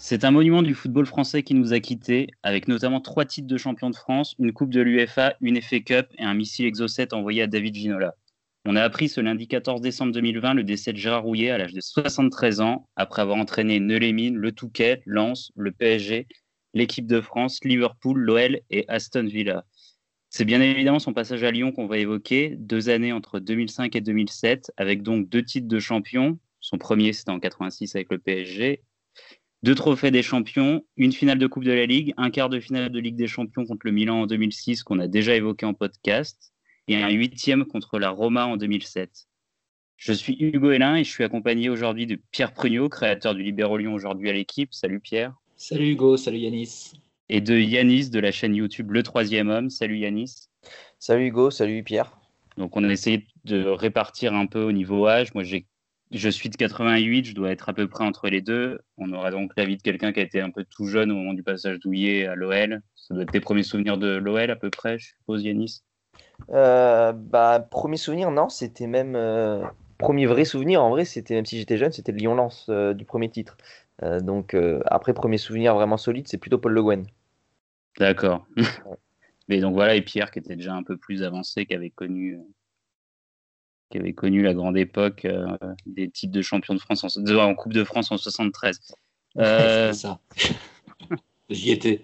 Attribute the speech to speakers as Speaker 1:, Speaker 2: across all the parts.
Speaker 1: C'est un monument du football français qui nous a quittés, avec notamment 3 titres de champion de France, une coupe de l'UEFA, une FA Cup et un missile Exocet envoyé à David Ginola. On a appris ce lundi 14 décembre 2020 le décès de Gérard Rouillet à l'âge de 73 ans, après avoir entraîné Neulémine, le Touquet, Lens, le PSG, l'équipe de France, Liverpool, l'OL et Aston Villa. C'est bien évidemment son passage à Lyon qu'on va évoquer, 2 années entre 2005 et 2007, avec donc 2 titres de champion. Son premier, c'était en 86 avec le PSG. 2 trophées des champions, une finale de Coupe de la Ligue, un quart de finale de Ligue des Champions contre le Milan en 2006 qu'on a déjà évoqué en podcast, et un 8e contre la Roma en 2007. Je suis Hugo Hélin et je suis accompagné aujourd'hui de Pierre Prugnot, créateur du Libéro Lyon aujourd'hui à l'équipe. Salut Pierre.
Speaker 2: Salut Hugo, salut Yanis.
Speaker 1: Et de Yanis de la chaîne YouTube Le Troisième Homme. Salut Yanis.
Speaker 3: Salut Hugo, salut Pierre.
Speaker 1: Donc on a essayé de répartir un peu au niveau âge. Moi je suis de 88, je dois être à peu près entre les deux. On aura donc l'avis de quelqu'un qui a été un peu tout jeune au moment du passage d'Houillet à l'OL. Ça doit être tes premiers souvenirs de l'OL à peu près, je suppose, Yanis.
Speaker 3: Premier souvenir, non, c'était même premier vrai souvenir. En vrai, c'était même si j'étais jeune, c'était le Lyon-Lens du premier titre. Après, premier souvenir vraiment solide, c'est plutôt Paul Le Guen.
Speaker 1: D'accord. Mais donc voilà, et Pierre qui était déjà un peu plus avancé, qui avait connu la grande époque des titres de champion de France en Coupe de France en 73.
Speaker 2: C'est ça. J'y étais.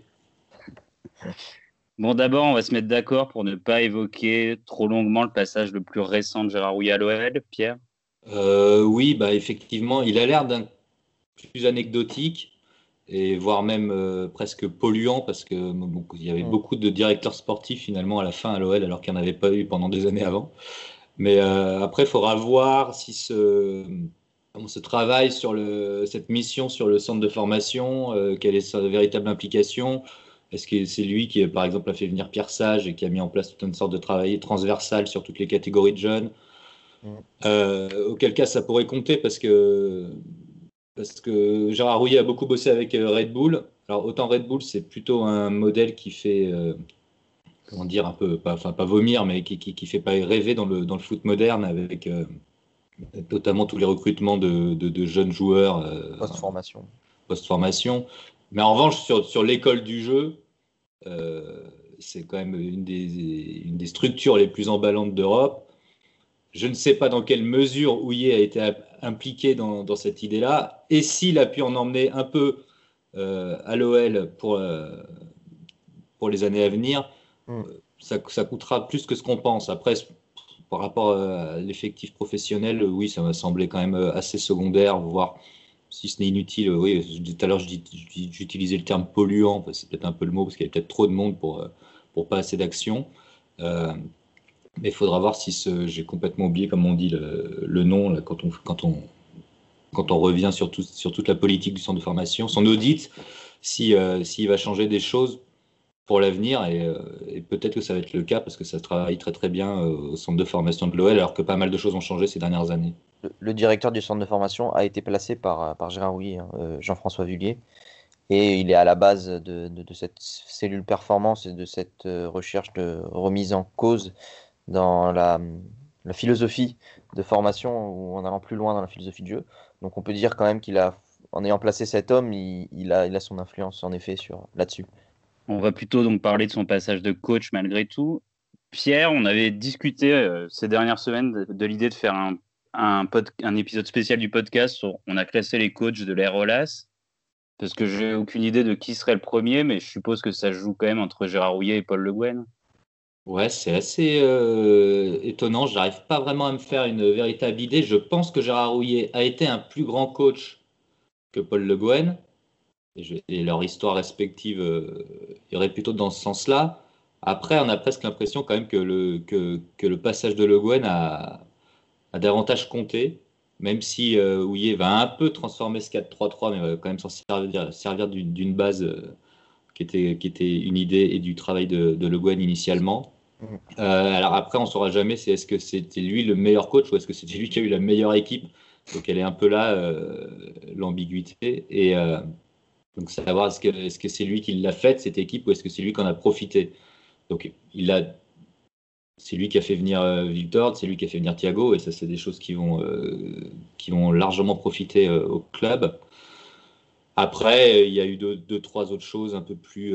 Speaker 1: Bon, d'abord, on va se mettre d'accord pour ne pas évoquer trop longuement le passage le plus récent de Gérard Rouillet à l'OL, Pierre.
Speaker 2: Oui, effectivement, il a l'air d'un plus anecdotique et voire même presque polluant parce que il y avait beaucoup de directeurs sportifs finalement à la fin à l'OL alors qu'il n'y en avait pas eu pendant des années avant. Mais après, il faudra voir si ce travail sur cette mission sur le centre de formation, quelle est sa véritable implication. Est-ce que c'est lui qui, par exemple, a fait venir Pierre Sage et qui a mis en place toute une sorte de travail transversal sur toutes les catégories de jeunes auquel cas, ça pourrait compter parce que Gérard Rouillet a beaucoup bossé avec Red Bull. Alors, autant Red Bull, c'est plutôt un modèle qui fait... comment dire, un peu, pas vomir, mais qui fait pas rêver dans le foot moderne avec notamment tous les recrutements de jeunes joueurs post-formation. Mais en revanche, sur l'école du jeu, c'est quand même une des structures les plus emballantes d'Europe. Je ne sais pas dans quelle mesure Houillet a été impliqué dans cette idée-là et s'il a pu en emmener un peu à l'OL pour les années à venir. Ça coûtera plus que ce qu'on pense. Après, par rapport à l'effectif professionnel, oui, ça m'a semblé quand même assez secondaire, voire si ce n'est inutile. Oui, tout à l'heure, j'utilisais le terme polluant, c'est peut-être un peu le mot, parce qu'il y avait peut-être trop de monde pour pas assez d'action. Mais il faudra voir si j'ai complètement oublié, comme on dit, le nom, là, quand on revient sur toute la politique du centre de formation, son audit, s'il va changer des choses pour l'avenir, et peut-être que ça va être le cas parce que ça travaille très très bien au centre de formation de l'OL, alors que pas mal de choses ont changé ces dernières années.
Speaker 3: Le directeur du centre de formation a été placé par Gérard Rouillet, Jean-François Vullier, et il est à la base de cette cellule performance et de cette recherche de remise en cause dans la philosophie de formation ou en allant plus loin dans la philosophie de jeu. Donc on peut dire quand même en ayant placé cet homme, il a son influence en effet là-dessus.
Speaker 1: On va plutôt donc parler de son passage de coach malgré tout. Pierre, on avait discuté ces dernières semaines de l'idée de faire un épisode spécial du podcast sur, on a classé les coachs de l'ère Aulas, parce que j'ai aucune idée de qui serait le premier, mais je suppose que ça joue quand même entre Gérard Rouillet et Paul Le Guen.
Speaker 2: Ouais, c'est assez étonnant. Je n'arrive pas vraiment à me faire une véritable idée. Je pense que Gérard Rouillet a été un plus grand coach que Paul Le Guen. Et leur histoire respective irait plutôt dans ce sens-là. Après, on a presque l'impression quand même que le passage de Le Guen a davantage compté, même si Houillet va un peu transformer ce 4-3-3, mais va quand même s'en servir d'une base qui était une idée et du travail de Le Guen initialement. Alors après, on ne saura jamais est-ce que c'était lui le meilleur coach ou est-ce que c'était lui qui a eu la meilleure équipe. Donc elle est un peu là, l'ambiguïté. Et donc savoir est-ce que c'est lui qui l'a faite, cette équipe, ou est-ce que c'est lui qui en a profité. Donc c'est lui qui a fait venir Victor, c'est lui qui a fait venir Thiago, et ça c'est des choses qui vont largement profiter au club. Après, il y a eu deux, trois autres choses un peu plus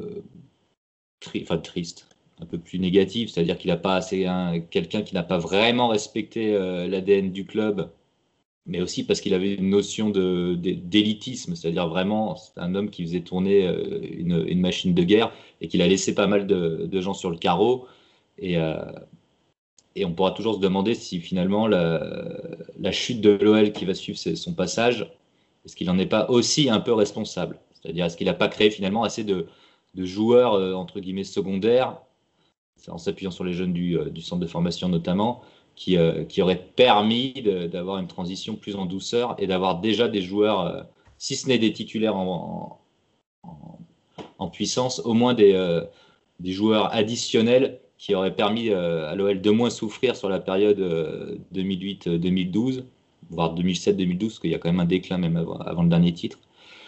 Speaker 2: tristes, un peu plus négatives. C'est-à-dire qu'il n'a pas quelqu'un qui n'a pas vraiment respecté l'ADN du club, mais aussi parce qu'il avait une notion d'élitisme. C'est-à-dire vraiment, c'est un homme qui faisait tourner une machine de guerre et qu'il a laissé pas mal de gens sur le carreau. Et on pourra toujours se demander si finalement la chute de l'OL qui va suivre son passage, est-ce qu'il n'en est pas aussi un peu responsable? C'est-à-dire, est-ce qu'il n'a pas créé finalement assez de joueurs, entre guillemets, secondaires, en s'appuyant sur les jeunes du centre de formation notamment, qui auraient permis d'avoir une transition plus en douceur et d'avoir déjà des joueurs, si ce n'est des titulaires en puissance, au moins des joueurs additionnels qui auraient permis à l'OL de moins souffrir sur la période 2008-2012, voire 2007-2012, parce qu'il y a quand même un déclin même avant le dernier titre.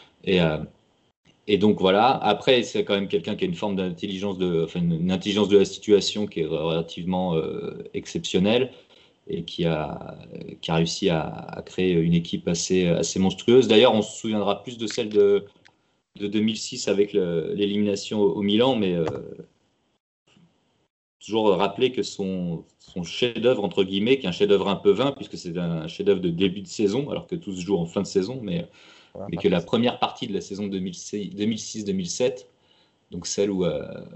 Speaker 2: Et donc voilà, après c'est quand même quelqu'un qui a une forme d'intelligence une intelligence de la situation qui est relativement exceptionnelle et qui a réussi à créer une équipe assez monstrueuse. D'ailleurs, on se souviendra plus de celle de 2006 avec l'élimination au Milan, mais toujours rappeler que son chef-d'œuvre, entre guillemets, qui est un chef-d'œuvre un peu vain, puisque c'est un chef-d'œuvre de début de saison, alors que tout se joue en fin de saison, mais que la première partie de la saison 2006-2007, donc celle où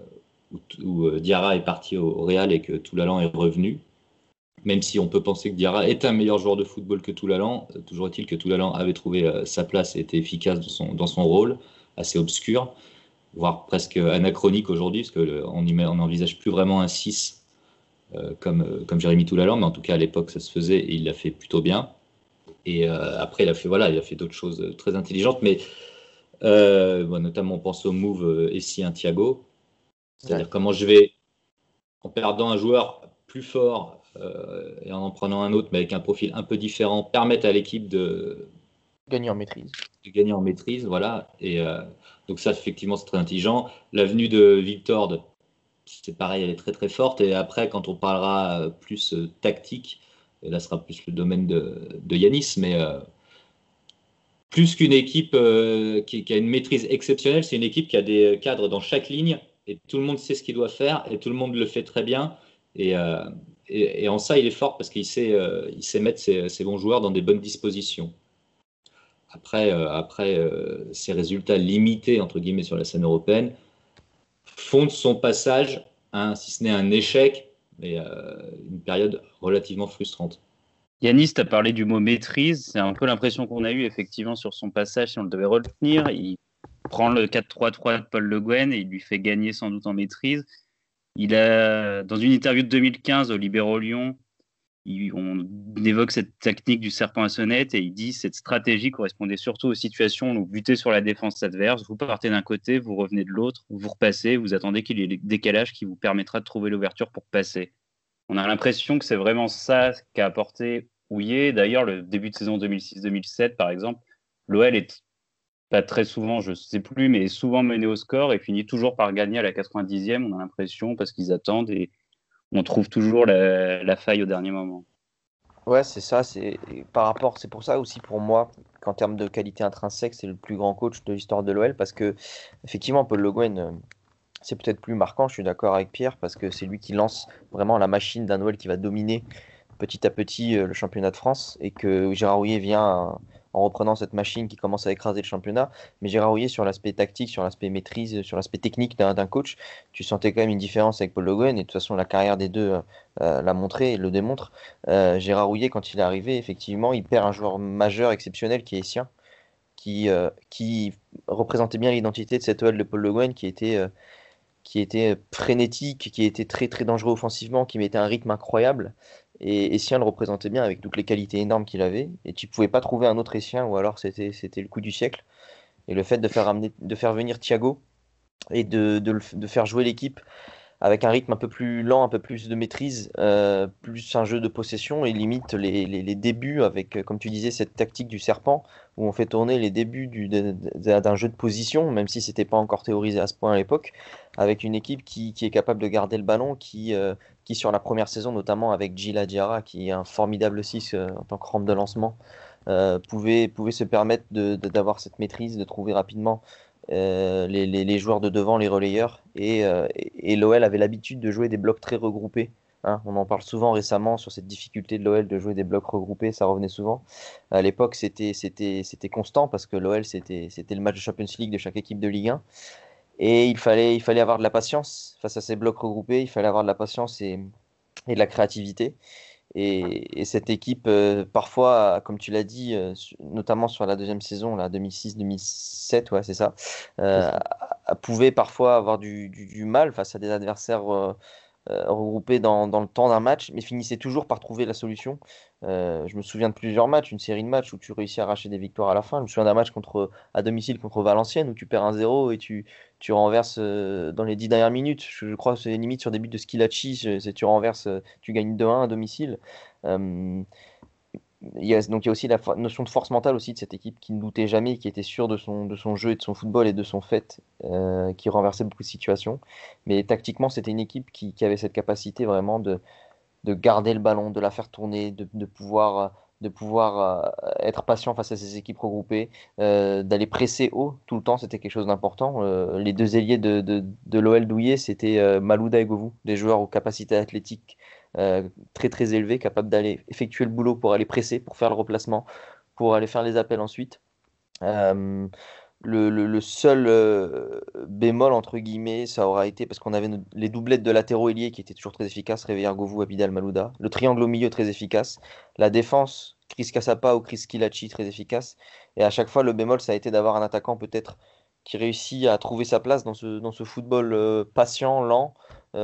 Speaker 2: Diarra est parti au Real et que Toulalan est revenu, même si on peut penser que Diarra est un meilleur joueur de football que Toulalan, toujours est-il que Toulalan avait trouvé sa place et était efficace dans son rôle, assez obscur, voire presque anachronique aujourd'hui, parce qu'on n'envisage plus vraiment un 6 comme Jérémy Toulalan, mais en tout cas à l'époque ça se faisait et il l'a fait plutôt bien. Et après il a fait d'autres choses très intelligentes, mais notamment on pense au move Essien-Thiago, c'est-à-dire comment je vais, en perdant un joueur plus fort et en prenant un autre mais avec un profil un peu différent, permettre à l'équipe de
Speaker 3: gagner en maîtrise.
Speaker 2: Voilà. Et donc ça, effectivement, c'est très intelligent. L'avenue de Viltord, c'est pareil, elle est très très forte. Et après, quand on parlera plus tactique, et là, ce sera plus le domaine de Yanis, mais plus qu'une équipe qui a une maîtrise exceptionnelle, c'est une équipe qui a des cadres dans chaque ligne et tout le monde sait ce qu'il doit faire et tout le monde le fait très bien. Et en ça, il est fort parce qu'il sait mettre ses bons joueurs dans des bonnes dispositions. Après, ses résultats limités, entre guillemets, sur la scène européenne font de son passage, si ce n'est un échec, mais une période relativement frustrante.
Speaker 1: Yanis, tu as parlé du mot maîtrise. C'est un peu l'impression qu'on a eue effectivement sur son passage, si on le devait retenir. Il prend le 4-3-3 de Paul Le Guen et il lui fait gagner sans doute en maîtrise. Il a, dans une interview de 2015 au Libéro Lyon, on évoque cette technique du serpent à sonnette et il dit cette stratégie correspondait surtout aux situations où vous butez sur la défense adverse, vous partez d'un côté, vous revenez de l'autre, vous repassez, vous attendez qu'il y ait le décalage qui vous permettra de trouver l'ouverture pour passer. On a l'impression que c'est vraiment ça qu'a apporté Houllier. D'ailleurs, le début de saison 2006-2007, par exemple, l'OL est pas très souvent, je ne sais plus, mais souvent mené au score et finit toujours par gagner à la 90e, on a l'impression, parce qu'ils attendent et on trouve toujours la faille au dernier moment.
Speaker 3: Ouais, c'est ça. C'est pour ça aussi pour moi qu'en termes de qualité intrinsèque, c'est le plus grand coach de l'histoire de l'OL parce que effectivement, Paul Le Guen, c'est peut-être plus marquant. Je suis d'accord avec Pierre parce que c'est lui qui lance vraiment la machine d'un OL qui va dominer petit à petit le championnat de France et que Gérard Houllier vient en reprenant cette machine qui commence à écraser le championnat. Mais Gérard Houllier, sur l'aspect tactique, sur l'aspect maîtrise, sur l'aspect technique d'un coach, tu sentais quand même une différence avec Paul Le Guen. Et de toute façon, la carrière des deux l'a montré et le démontre. Gérard Houllier, quand il est arrivé, effectivement, il perd un joueur majeur, exceptionnel, qui est Essien, qui représentait bien l'identité de cette OL de Paul Le Guen, qui était frénétique, qui était très très dangereux offensivement, qui mettait un rythme incroyable. Et Essien le représentait bien avec toutes les qualités énormes qu'il avait. Et tu pouvais pas trouver un autre Essien, ou alors c'était le coup du siècle. Et le fait de faire venir Thiago et de faire jouer l'équipe avec un rythme un peu plus lent, un peu plus de maîtrise, plus un jeu de possession et limite les débuts avec, comme tu disais, cette tactique du serpent où on fait tourner les débuts d'un jeu de position, même si c'était pas encore théorisé à ce point à l'époque, avec une équipe qui est capable de garder le ballon, qui sur la première saison, notamment avec Gila Diarra, qui est un formidable 6 en tant que rampe de lancement, pouvait se permettre d'avoir cette maîtrise, de trouver rapidement les joueurs de devant, les relayeurs. Et l'OL avait l'habitude de jouer des blocs très regroupés. Hein. On en parle souvent récemment sur cette difficulté de l'OL de jouer des blocs regroupés, ça revenait souvent. À l'époque, c'était constant parce que l'OL, c'était le match de Champions League de chaque équipe de Ligue 1. Et il fallait avoir de la patience face à ces blocs regroupés, il fallait avoir de la patience et de la créativité. Et cette équipe, parfois, comme tu l'as dit, notamment sur la deuxième saison, là, 2006-2007, ouais, c'est ça,
Speaker 2: C'est
Speaker 3: euh,
Speaker 2: ça.
Speaker 3: pouvait parfois avoir du mal face à des adversaires regroupés dans le temps d'un match, mais finissait toujours par trouver la solution. Je me souviens de plusieurs matchs, une série de matchs où tu réussis à arracher des victoires à la fin. Je me souviens d'un match à domicile contre Valenciennes où tu perds 1-0 et tu renverses dans les 10 dernières minutes. Je crois que c'est limite sur des buts de Schillaci, tu renverses, tu gagnes 2-1 à domicile. Euh, donc il y a aussi la notion de force mentale aussi de cette équipe qui ne doutait jamais, qui était sûre de son jeu et de son football et de son fait, qui renversait beaucoup de situations. Mais tactiquement, c'était une équipe qui avait cette capacité vraiment de garder le ballon, de la faire tourner, de pouvoir être patient face à ces équipes regroupées, d'aller presser haut tout le temps, c'était quelque chose d'important. Les deux ailiers de l'OL douillet, c'était Malouda et Govou, des joueurs aux capacités athlétiques très très élevées, capables d'aller effectuer le boulot pour aller presser, pour faire le replacement, pour aller faire les appels ensuite. Euh, le seul bémol, entre guillemets, ça aura été parce qu'on avait les doublettes de latéraux ailiers qui étaient toujours très efficaces, Réveillard Govou, Abidal Malouda. Le triangle au milieu très efficace. La défense, Chris Cassapa ou Chris Kilachi très efficace. Et à chaque fois, le bémol, ça a été d'avoir un attaquant peut-être qui réussit à trouver sa place dans ce football patient, lent.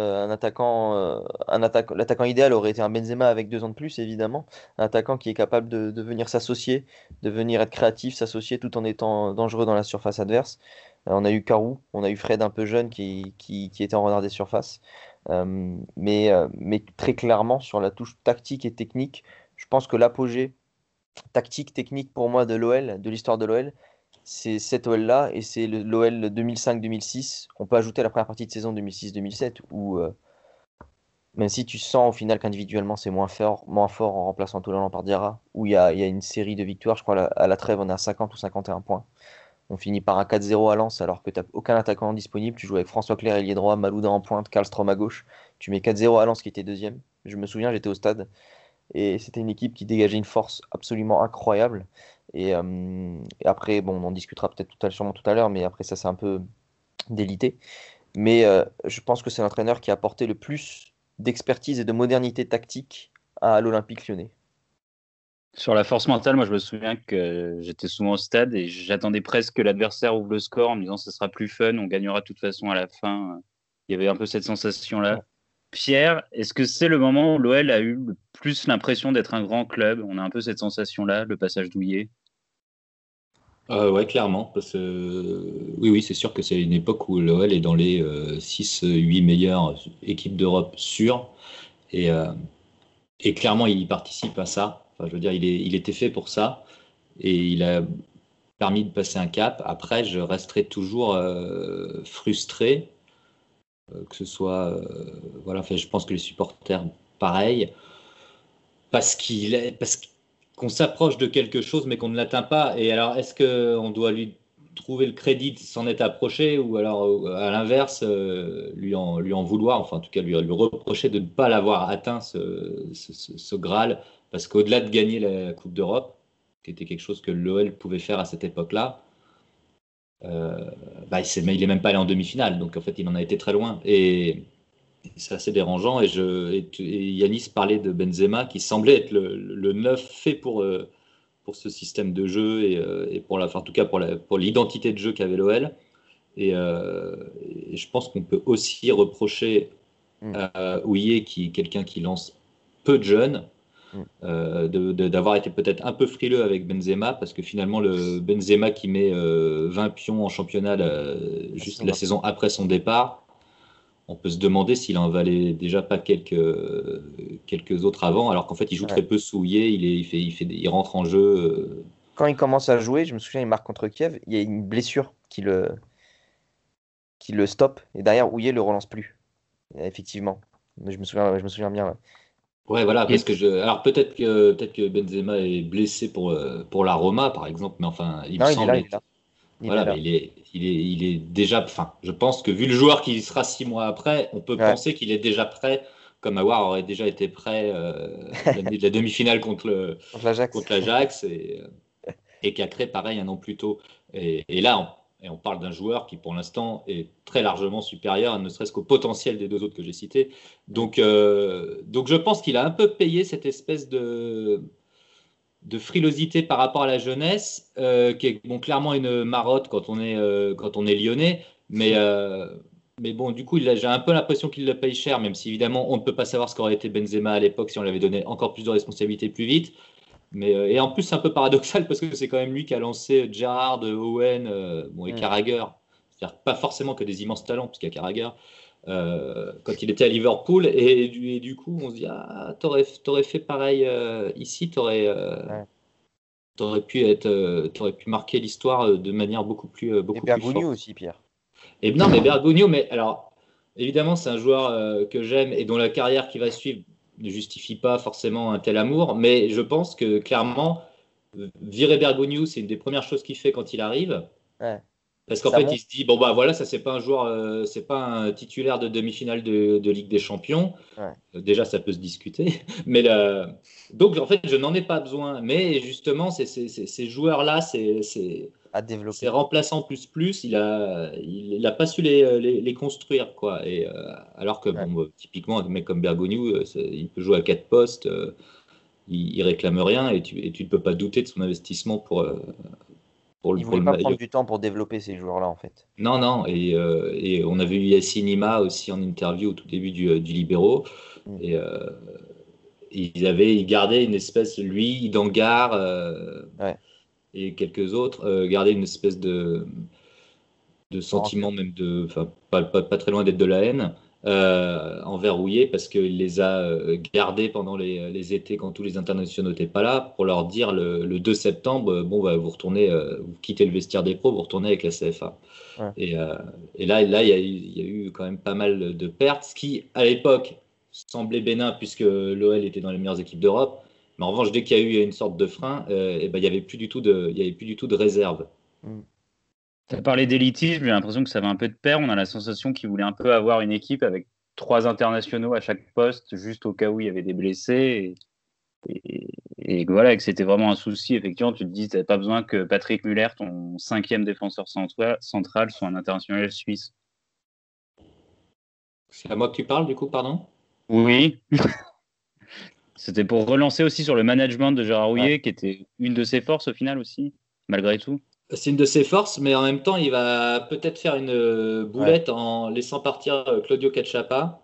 Speaker 3: L'attaquant idéal aurait été un Benzema avec 2 ans de plus, évidemment. Un attaquant qui est capable de venir s'associer, de venir être créatif, s'associer tout en étant dangereux dans la surface adverse. On a eu Karou, on a eu Fred un peu jeune qui était en renard des surfaces. Mais très clairement, sur la touche tactique et technique, je pense que l'apogée tactique, technique pour moi de l'OL, de l'histoire de l'OL, c'est cet OL-là et c'est l'OL 2005-2006. On peut ajouter la première partie de saison 2006-2007 où même si tu sens au final qu'individuellement c'est moins fort en remplaçant Tolan par Diarra, où il y a une série de victoires, je crois à la trêve on est à 50 ou 51 points. On finit par un 4-0 à Lens alors que tu n'as aucun attaquant disponible. Tu joues avec François Clerc ailier droit, Malouda en pointe, Karlstrom à gauche. Tu mets 4-0 à Lens qui était deuxième. Je me souviens, j'étais au stade et c'était une équipe qui dégageait une force absolument incroyable. Et après, bon, on en discutera peut-être sûrement tout à l'heure, mais après ça c'est un peu délité. Mais je pense que c'est l'entraîneur qui a apporté le plus d'expertise et de modernité tactique à l'Olympique Lyonnais.
Speaker 1: Sur la force mentale, moi je me souviens que j'étais souvent au stade et j'attendais presque que l'adversaire ouvre le score en me disant ce sera plus fun, on gagnera de toute façon à la fin. Il y avait un peu cette sensation-là.
Speaker 3: Ouais.
Speaker 1: Pierre, est-ce que c'est le moment où l'OL a eu le plus l'impression d'être un grand club? On a un peu cette sensation-là, le passage d'Ouillet.
Speaker 2: Ouais, clairement. Parce que, oui, oui, c'est sûr que c'est une époque où l'OL est dans les 6-8 meilleures équipes d'Europe sûres. Et, euh, et clairement, il participe à ça. Enfin, je veux dire, il était fait pour ça. Et il a permis de passer un cap. Après, je resterai toujours frustré, que ce soit. Voilà, enfin, je pense que les supporters, pareil. Parce qu'on s'approche de quelque chose mais qu'on ne l'atteint pas. Et alors, est-ce qu'on doit lui trouver le crédit de s'en être approché ou alors, à l'inverse, lui en vouloir, enfin, en tout cas, lui reprocher de ne pas l'avoir atteint, ce Graal, parce qu'au-delà de gagner la Coupe d'Europe, qui était quelque chose que l'OL pouvait faire à cette époque-là, il est même pas allé en demi-finale, donc en fait, il en a été très loin. Et c'est assez dérangeant. Et Yanis parlait de Benzema qui semblait être le neuf fait pour ce système de jeu et en tout cas pour l'identité de jeu qu'avait l'OL. Et je pense qu'on peut aussi reprocher
Speaker 3: Mm,
Speaker 2: à Ouillet, qui est quelqu'un qui lance peu de jeunes,
Speaker 3: mm.
Speaker 2: d'avoir été peut-être un peu frileux avec Benzema, parce que finalement, le Benzema qui met 20 pions en championnat juste la saison après son départ, on peut se demander s'il en valait déjà pas quelques autres avant, alors qu'en fait, il joue
Speaker 3: Ouais.
Speaker 2: très peu souillé, il rentre en jeu.
Speaker 3: Quand il commence à jouer, je me souviens, il marque contre Kiev, il y a une blessure qui le stoppe et derrière, Houillet le relance plus. Effectivement. Je me souviens bien. Ouais.
Speaker 2: Ouais, voilà,
Speaker 1: Et
Speaker 2: parce que alors peut-être que Benzema est blessé pour la Roma, par exemple, mais enfin, il me
Speaker 3: Non, il est
Speaker 2: semble
Speaker 3: là, il est
Speaker 2: être.
Speaker 3: là. Il est
Speaker 2: Voilà, mais
Speaker 3: là.
Speaker 2: il est déjà. Enfin, je pense que vu le joueur qui sera 6 mois après, on peut
Speaker 3: Ouais.
Speaker 2: penser qu'il est déjà prêt, comme Aouar aurait déjà été prêt l'année de la demi-finale
Speaker 3: Contre l'Ajax.
Speaker 2: contre l'Ajax et Cacré, pareil, un an plus tôt. Et là, on parle d'un joueur qui, pour l'instant, est très largement supérieur, ne serait-ce qu'au potentiel des deux autres que j'ai cités.
Speaker 3: Mm.
Speaker 2: Donc je pense qu'il a un peu payé cette espèce de frilosité par rapport à la jeunesse, qui est bon, clairement une marotte quand on est lyonnais, mais bon, du coup, j'ai un peu l'impression qu'il le paye cher, même si évidemment, on ne peut pas savoir ce qu'aurait été Benzema à l'époque si on lui avait donné encore plus de responsabilités plus vite. Et en plus, c'est un peu paradoxal parce que c'est quand même lui qui a lancé Gerrard, Owen, bon, et
Speaker 3: Mm.
Speaker 2: Carragher. C'est-à-dire pas forcément que des immenses talents, puisqu'il y a Carragher, quand il était à Liverpool. Et du coup, on se dit, ah, t'aurais fait pareil ici,
Speaker 3: Ouais.
Speaker 2: t'aurais pu marquer l'histoire de manière
Speaker 3: Et
Speaker 2: beaucoup plus
Speaker 3: Bergogneau
Speaker 2: forte.
Speaker 3: aussi, Pierre.
Speaker 2: Et non, mais Bergogneau, mais alors, évidemment, c'est un joueur que j'aime et dont la carrière qui va suivre ne justifie pas forcément un tel amour, mais je pense que clairement, virer Bergogneau, c'est une des premières choses qu'il fait quand il arrive.
Speaker 3: Ouais.
Speaker 2: Parce qu'en
Speaker 3: Ça
Speaker 2: fait, il
Speaker 3: monte.
Speaker 2: se dit, bon, bah voilà, ça, c'est pas un joueur, c'est pas un titulaire de demi-finale de Ligue des Champions.
Speaker 3: Ouais.
Speaker 2: Déjà, ça peut se discuter. Donc, en fait, je n'en ai pas besoin. Mais justement, ces joueurs-là,
Speaker 3: À
Speaker 2: ces
Speaker 3: développer.
Speaker 2: remplaçants plus, il a pas su les construire, quoi. Alors que,
Speaker 3: Ouais.
Speaker 2: bon, typiquement, un mec comme Bergogneau, il peut jouer à 4 postes, il réclame rien et tu ne peux pas douter de son investissement
Speaker 3: Il
Speaker 2: pour
Speaker 3: voulait
Speaker 2: le
Speaker 3: pas prendre
Speaker 2: maillot.
Speaker 3: du temps pour développer ces joueurs-là, en fait.
Speaker 2: Non, non, et on avait eu Yacine Ima aussi en interview au tout début du Libéro.
Speaker 3: Mm.
Speaker 2: Et il gardait une espèce, lui, Dangar
Speaker 3: Ouais.
Speaker 2: et quelques autres, gardaient une espèce de
Speaker 3: De
Speaker 2: sentiment,
Speaker 3: rancune.
Speaker 2: même enfin, pas très loin d'être de la haine, envers Rouillet, parce qu'il les a gardés pendant les étés quand tous les internationaux n'étaient pas là, pour leur dire le 2 septembre, bon, bah, vous retournez, vous quittez le vestiaire des pros, vous retournez avec la CFA.
Speaker 3: Ouais.
Speaker 2: Et, euh, et là, il y a eu quand même pas mal de pertes, ce qui, à l'époque, semblait bénin puisque l'OL était dans les meilleures équipes d'Europe. Mais en revanche, dès qu'il y a eu une sorte de frein, et ben, il n'y avait plus du tout il y avait plus du tout de réserve.
Speaker 3: Mm.
Speaker 1: tu as parlé d'élitisme, j'ai l'impression que ça va un peu de pair. On a la sensation qu'il voulait un peu avoir une équipe avec 3 internationaux à chaque poste, juste au cas où il y avait des blessés. Et voilà, que c'était vraiment un souci. Effectivement, tu te dis, tu n'avais pas besoin que Patrick Muller, ton 5e défenseur central, soit un international suisse.
Speaker 2: C'est à moi que tu parles, du coup, pardon?
Speaker 1: Oui, c'était pour relancer aussi sur le management de Gérard
Speaker 3: Ouais.
Speaker 1: Houllier, qui était une de ses forces au final aussi, malgré tout.
Speaker 2: C'est une de ses forces, mais en même temps, il va peut-être faire une
Speaker 3: Ouais.
Speaker 2: boulette en laissant partir Claudio Cachapa,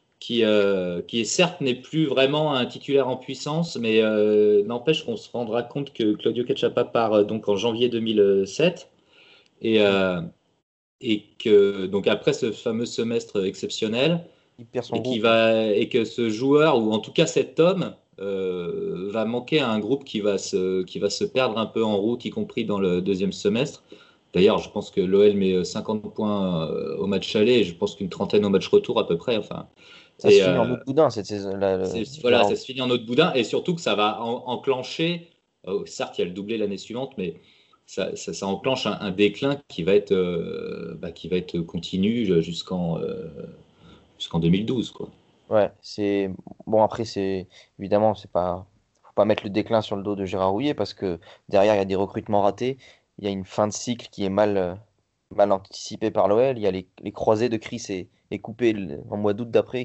Speaker 2: qui certes n'est plus vraiment un titulaire en puissance, mais n'empêche qu'on se rendra compte que Claudio Cachapa part donc en janvier 2007 et,
Speaker 3: Mm.
Speaker 2: euh, et que donc après ce fameux semestre exceptionnel
Speaker 3: Il perd son groupe.
Speaker 2: et que ce joueur ou en tout cas cet homme va manquer à un groupe qui va se perdre un peu en route, y compris dans le deuxième semestre. D'ailleurs, je pense que l'OL met 50 points au match aller et je pense qu'une trentaine au match retour à peu près. Enfin,
Speaker 3: Ça se
Speaker 2: et
Speaker 3: finit en autre boudin cette saison.
Speaker 2: voilà, ça se finit en autre boudin et surtout que ça va enclencher. Certes, il y a le doublé l'année suivante, mais ça enclenche un déclin qui va être continu jusqu'en 2012, quoi.
Speaker 3: Ouais, c'est bon après c'est évidemment c'est pas faut pas mettre le déclin sur le dos de Gérard Houllier parce que derrière il y a des recrutements ratés, il y a une fin de cycle qui est mal anticipée par l'OL, il y a les croisés de Chris et Coupé en mois d'août d'après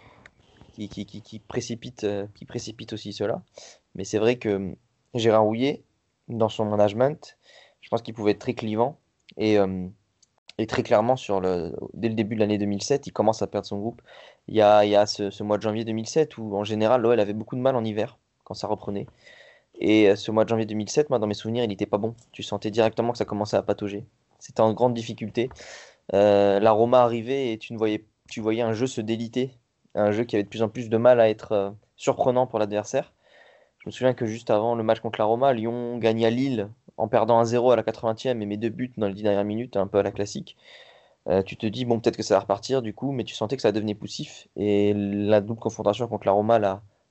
Speaker 3: qui précipitent aussi cela. Mais c'est vrai que Gérard Houllier dans son management, je pense qu'il pouvait être très clivant et et très clairement, dès le début de l'année 2007, il commence à perdre son groupe. Il y a ce mois de janvier 2007 où, en général, l'OL avait beaucoup de mal en hiver quand ça reprenait. Et ce mois de janvier 2007, moi, dans mes souvenirs, il n'était pas bon. Tu sentais directement que ça commençait à patauger. C'était en grande difficulté. La Roma arrivait et tu voyais un jeu se déliter. Un jeu qui avait de plus en plus de mal à être surprenant pour l'adversaire. Je me souviens que juste avant le match contre la Roma, Lyon gagne à Lille en perdant 1-0 à la 80e et met 2 buts dans les 10 dernières minutes, un peu à la classique. Tu te dis, bon, peut-être que ça va repartir du coup, mais tu sentais que ça devenait poussif. Et la double confrontation contre la Roma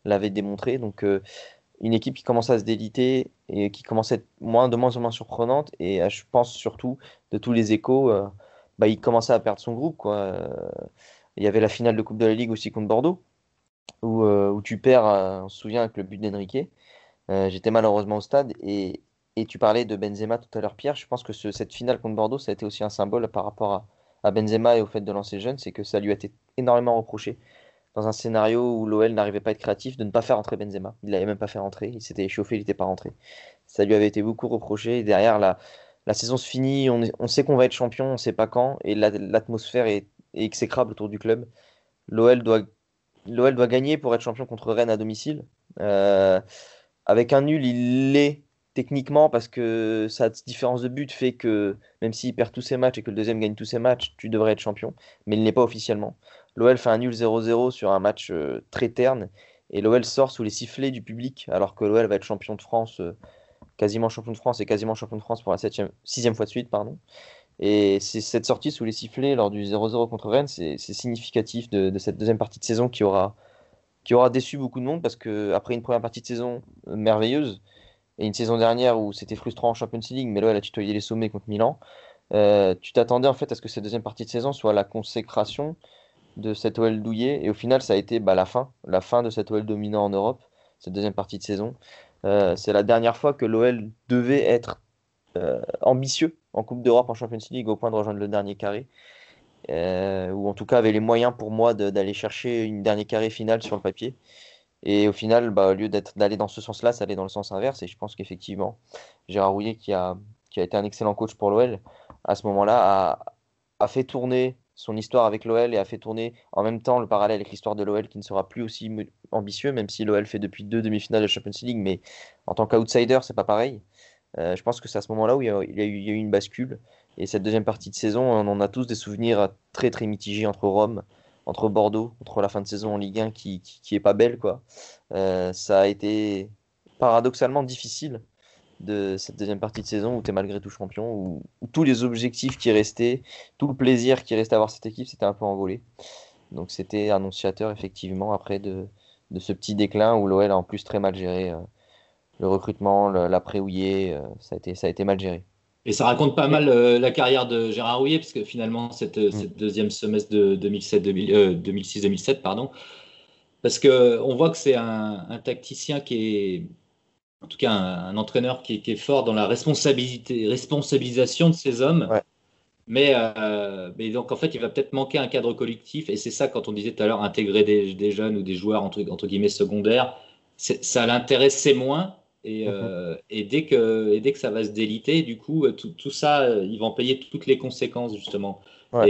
Speaker 3: l'avait démontré. Donc, une équipe qui commence à se déliter et qui commence à être de moins en moins surprenante. Et je pense surtout de tous les échos, il commençait à perdre son groupe, quoi. Il y avait la finale de Coupe de la Ligue aussi contre Bordeaux, où tu perds, on se souvient, avec le but d'Enrique. J'étais malheureusement au stade et tu parlais de Benzema tout à l'heure, Pierre. Je pense que cette finale contre Bordeaux, ça a été aussi un symbole par rapport à Benzema et au fait de lancer jeune, c'est que ça lui a été énormément reproché dans un scénario où l'OL n'arrivait pas à être créatif de ne pas faire rentrer Benzema. Il l'avait même pas fait rentrer, il s'était échauffé, il n'était pas rentré. Ça lui avait été beaucoup reproché. Et derrière, la saison se finit, on sait qu'on va être champion, on ne sait pas quand, et l'atmosphère est exécrable autour du club. L'OL doit, L'OL doit gagner pour être champion contre Rennes à domicile. Euh, Avec un nul, il l'est techniquement parce que sa différence de but fait que même s'il perd tous ses matchs et que le deuxième gagne tous ses matchs, tu devrais être champion. Mais il n'est pas officiellement. L'OL fait un nul 0-0 sur un match très terne et l'OL sort sous les sifflets du public alors que l'OL va être champion de France, quasiment champion de France et quasiment champion de France pour la sixième fois de suite, pardon. Et c'est cette sortie sous les sifflets lors du 0-0 contre Rennes, c'est significatif de cette deuxième partie de saison qui aura déçu beaucoup de monde parce que après une première partie de saison merveilleuse et une saison dernière où c'était frustrant en Champions League, mais là elle a tutoyé les sommets contre Milan, tu t'attendais en fait à ce que cette deuxième partie de saison soit la consécration de cet OL douillet et au final ça a été la fin de cet OL dominant en Europe, cette deuxième partie de saison. C'est la dernière fois que l'OL devait être ambitieux en Coupe d'Europe, en Champions League au point de rejoindre le dernier carré ou en tout cas avait les moyens pour moi d'aller chercher une dernier carré finale sur le papier. Et au final, au lieu d'aller dans ce sens-là, ça allait dans le sens inverse. Et je pense qu'effectivement, Gérard Rouillet, qui a été un excellent coach pour l'OL, à ce moment-là, a fait tourner son histoire avec l'OL et a fait tourner en même temps le parallèle avec l'histoire de l'OL qui ne sera plus aussi ambitieux, même si l'OL fait depuis 2 demi-finales de Champions League, mais en tant qu'outsider, c'est pas pareil. Je pense que c'est à ce moment-là où il y a eu une bascule. Et cette deuxième partie de saison, on en a tous des souvenirs très très mitigés entre Rome, entre Bordeaux, entre la fin de saison en Ligue 1 qui est pas belle, quoi. Ça a été paradoxalement difficile de cette deuxième partie de saison où tu es malgré tout champion, où tous les objectifs qui restaient, tout le plaisir qui restait à voir cette équipe, c'était un peu envolé. Donc c'était annonciateur effectivement après de ce petit déclin où l'OL a en plus très mal géré le recrutement, l'après Houillet, ça a été mal géré.
Speaker 2: Et ça raconte pas mal la carrière de Gérard Rouillet, parce que finalement, cette deuxième semestre de 2006-2007, pardon, parce qu'on voit que c'est un tacticien qui est, en tout cas un entraîneur qui est fort dans la responsabilisation de ses hommes,
Speaker 3: Ouais.
Speaker 2: mais donc en fait, il va peut-être manquer un cadre collectif, et c'est ça, quand on disait tout à l'heure, intégrer des jeunes ou des joueurs entre guillemets secondaires, ça l'intéressait moins.
Speaker 3: Mhm.
Speaker 2: Et dès que ça va se déliter, du coup, tout ça, ils vont payer toutes les conséquences, justement.
Speaker 3: Ouais.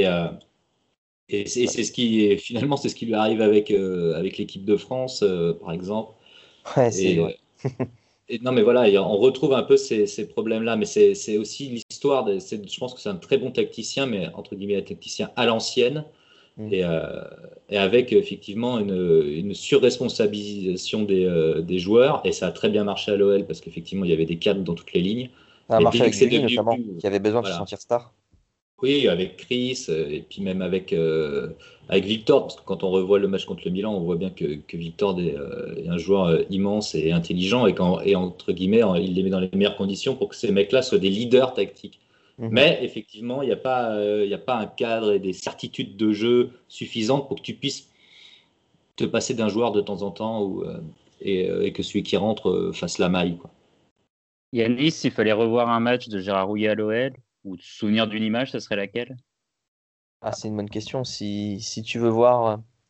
Speaker 2: Et c'est ce qui, finalement, c'est ce qui lui arrive avec l'équipe de France, par exemple.
Speaker 3: Ouais, c'est
Speaker 2: Et,
Speaker 3: ouais.
Speaker 2: euh, et non, mais voilà, on retrouve un peu ces problèmes-là. Mais c'est aussi l'histoire. Je pense que c'est un très bon tacticien, mais entre guillemets, un tacticien à l'ancienne.
Speaker 3: Mm.
Speaker 2: Et, euh, et avec effectivement une surresponsabilisation des joueurs. Et ça a très bien marché à l'OL parce qu'effectivement, il y avait des cadres dans toutes les lignes.
Speaker 3: Ça a
Speaker 2: Mais
Speaker 3: marché
Speaker 2: dès
Speaker 3: avec
Speaker 2: que c'est
Speaker 3: Vully
Speaker 2: devenu
Speaker 3: notamment,
Speaker 2: plus.
Speaker 3: qui avait besoin de se
Speaker 2: Voilà.
Speaker 3: sentir star.
Speaker 2: Oui, avec Chris, et puis même avec Victor, parce que quand on revoit le match contre le Milan, on voit bien que Victor est un joueur immense et intelligent, et entre guillemets, il les met dans les meilleures conditions pour que ces mecs-là soient des leaders tactiques.
Speaker 3: Mhm.
Speaker 2: Mais effectivement, il n'y a pas un cadre et des certitudes de jeu suffisantes pour que tu puisses te passer d'un joueur de temps en temps et que celui qui rentre fasse la maille, quoi.
Speaker 1: Yanis, s'il fallait revoir un match de Gérard Rouillet à l'OL, ou te souvenir d'une image, ça serait laquelle?
Speaker 3: Ah, c'est une bonne question. Si tu veux voir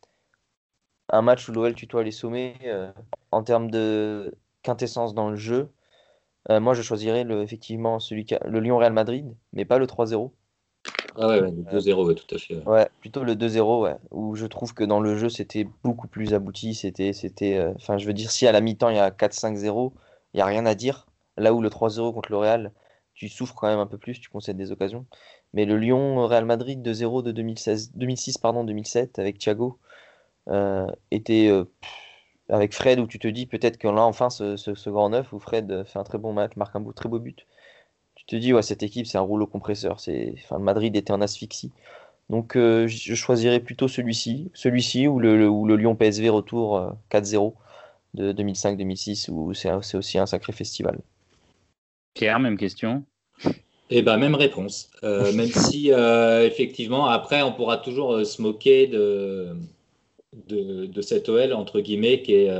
Speaker 3: un match où l'OL tutoie les sommets en termes de quintessence dans le jeu, moi je choisirais effectivement le Lyon-Real Madrid, mais pas le 3-0.
Speaker 2: Ah ouais, ouais, le
Speaker 3: Euh,
Speaker 2: 2-0, ouais, tout à fait. Ouais.
Speaker 3: ouais, plutôt le 2-0, ouais, où je trouve que dans le jeu c'était beaucoup plus abouti. Enfin, je veux dire, si à la mi-temps il y a 4-5-0, il n'y a rien à dire. Là où le 3-0 contre le Real, tu souffres quand même un peu plus, tu concèdes des occasions. Mais le Lyon-Real Madrid 2-0 de 2006, pardon, 2007 avec Thiago était avec Fred où tu te dis peut-être que là enfin ce grand neuf où Fred fait un très bon match, marque un très beau but. Tu te dis ouais cette équipe c'est un rouleau compresseur, enfin le Madrid était en asphyxie. Donc je choisirais plutôt celui-ci ou le Lyon PSV retour 4-0 de 2005-2006 où c'est aussi un sacré festival.
Speaker 1: Pierre, même question.
Speaker 2: Eh ben, même réponse. Même si, effectivement, après, on pourra toujours se moquer de cette OL, entre guillemets, qui est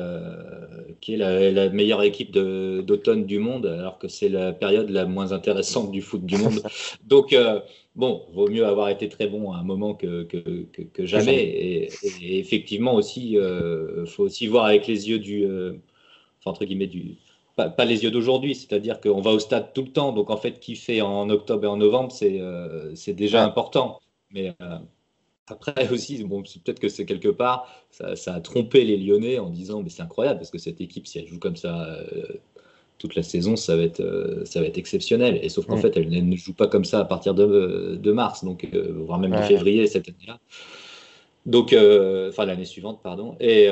Speaker 2: la meilleure équipe d'automne du monde, alors que c'est la période la moins intéressante du foot du monde. Donc, bon, vaut mieux avoir été très bon à un moment que jamais. Et effectivement, aussi, faut aussi voir avec les yeux entre guillemets, pas les yeux d'aujourd'hui, c'est-à-dire qu'on va au stade tout le temps, donc en fait, kiffer en octobre et en novembre, c'est déjà important. Mais après aussi, bon, peut-être que c'est quelque part, ça a trompé les Lyonnais en disant, mais c'est incroyable, parce que cette équipe, si elle joue comme ça toute la saison, ça va être exceptionnel. Et sauf qu'en fait, elle ne joue pas comme ça à partir de mars, donc voire même de février cette année-là. Donc, enfin l'année suivante, pardon. Et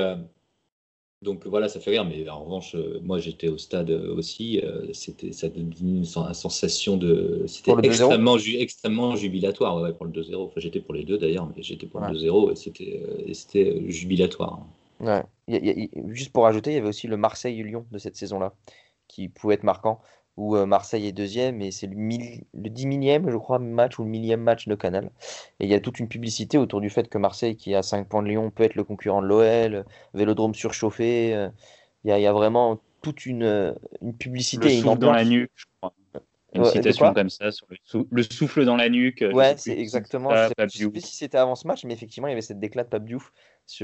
Speaker 2: donc voilà, ça fait rire, mais en revanche, moi j'étais au stade aussi, ça donnait une sensation c'était extrêmement jubilatoire pour le 2-0. Enfin, j'étais pour les deux d'ailleurs, mais j'étais pour le 2-0 et c'était jubilatoire.
Speaker 3: Ouais. Juste pour ajouter, il y avait aussi le Marseille-Lyon de cette saison-là, qui pouvait être marquant, où Marseille est deuxième et c'est le 10 millième, je crois, match ou le millième match de Canal. Et il y a toute une publicité autour du fait que Marseille, qui a 5 points de Lyon, peut être le concurrent de l'OL, Vélodrome surchauffé. Il y a vraiment toute une publicité.
Speaker 1: Le souffle dans la nuque, je crois. Une citation comme ça, sur le souffle dans la nuque.
Speaker 3: Ouais, c'est exactement. Je ne sais plus si c'était avant ce match, mais effectivement, il y avait cette déclat de Pape Diouf qui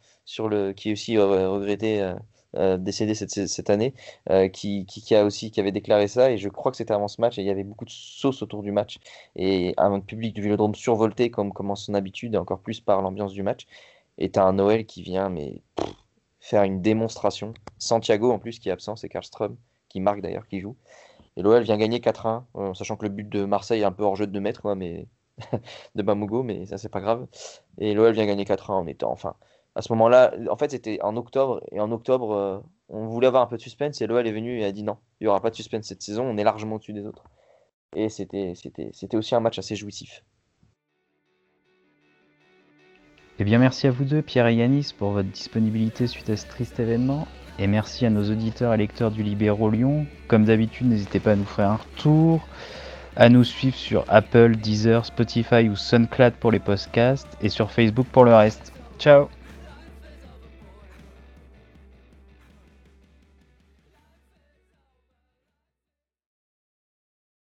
Speaker 3: est aussi regretté, décédé cette année, qui avait déclaré ça. Et je crois que c'était avant ce match. Et il y avait beaucoup de sauce autour du match. Et un public du Vélodrome survolté, comme en son habitude, et encore plus par l'ambiance du match. Et tu as un Noël qui vient faire une démonstration. Santiago, en plus, qui est absent, c'est Karlström, qui marque d'ailleurs, qui joue. Et l'OL vient gagner 4-1, sachant que le but de Marseille est un peu hors jeu de 2 mètres, mais de Bamugo, mais ça c'est pas grave. Et l'OL vient gagner 4-1 en étant, enfin, à ce moment-là, en fait c'était en octobre, et en octobre, on voulait avoir un peu de suspense, et l'OL est venu et a dit non, il n'y aura pas de suspense cette saison, on est largement au-dessus des autres. Et c'était aussi un match assez jouissif.
Speaker 4: Eh bien merci à vous deux, Pierre et Yanis, pour votre disponibilité suite à ce triste événement. Et merci à nos auditeurs et lecteurs du Libéro Lyon. Comme d'habitude, n'hésitez pas à nous faire un retour, à nous suivre sur Apple, Deezer, Spotify ou SoundCloud pour les podcasts et sur Facebook pour le reste. Ciao!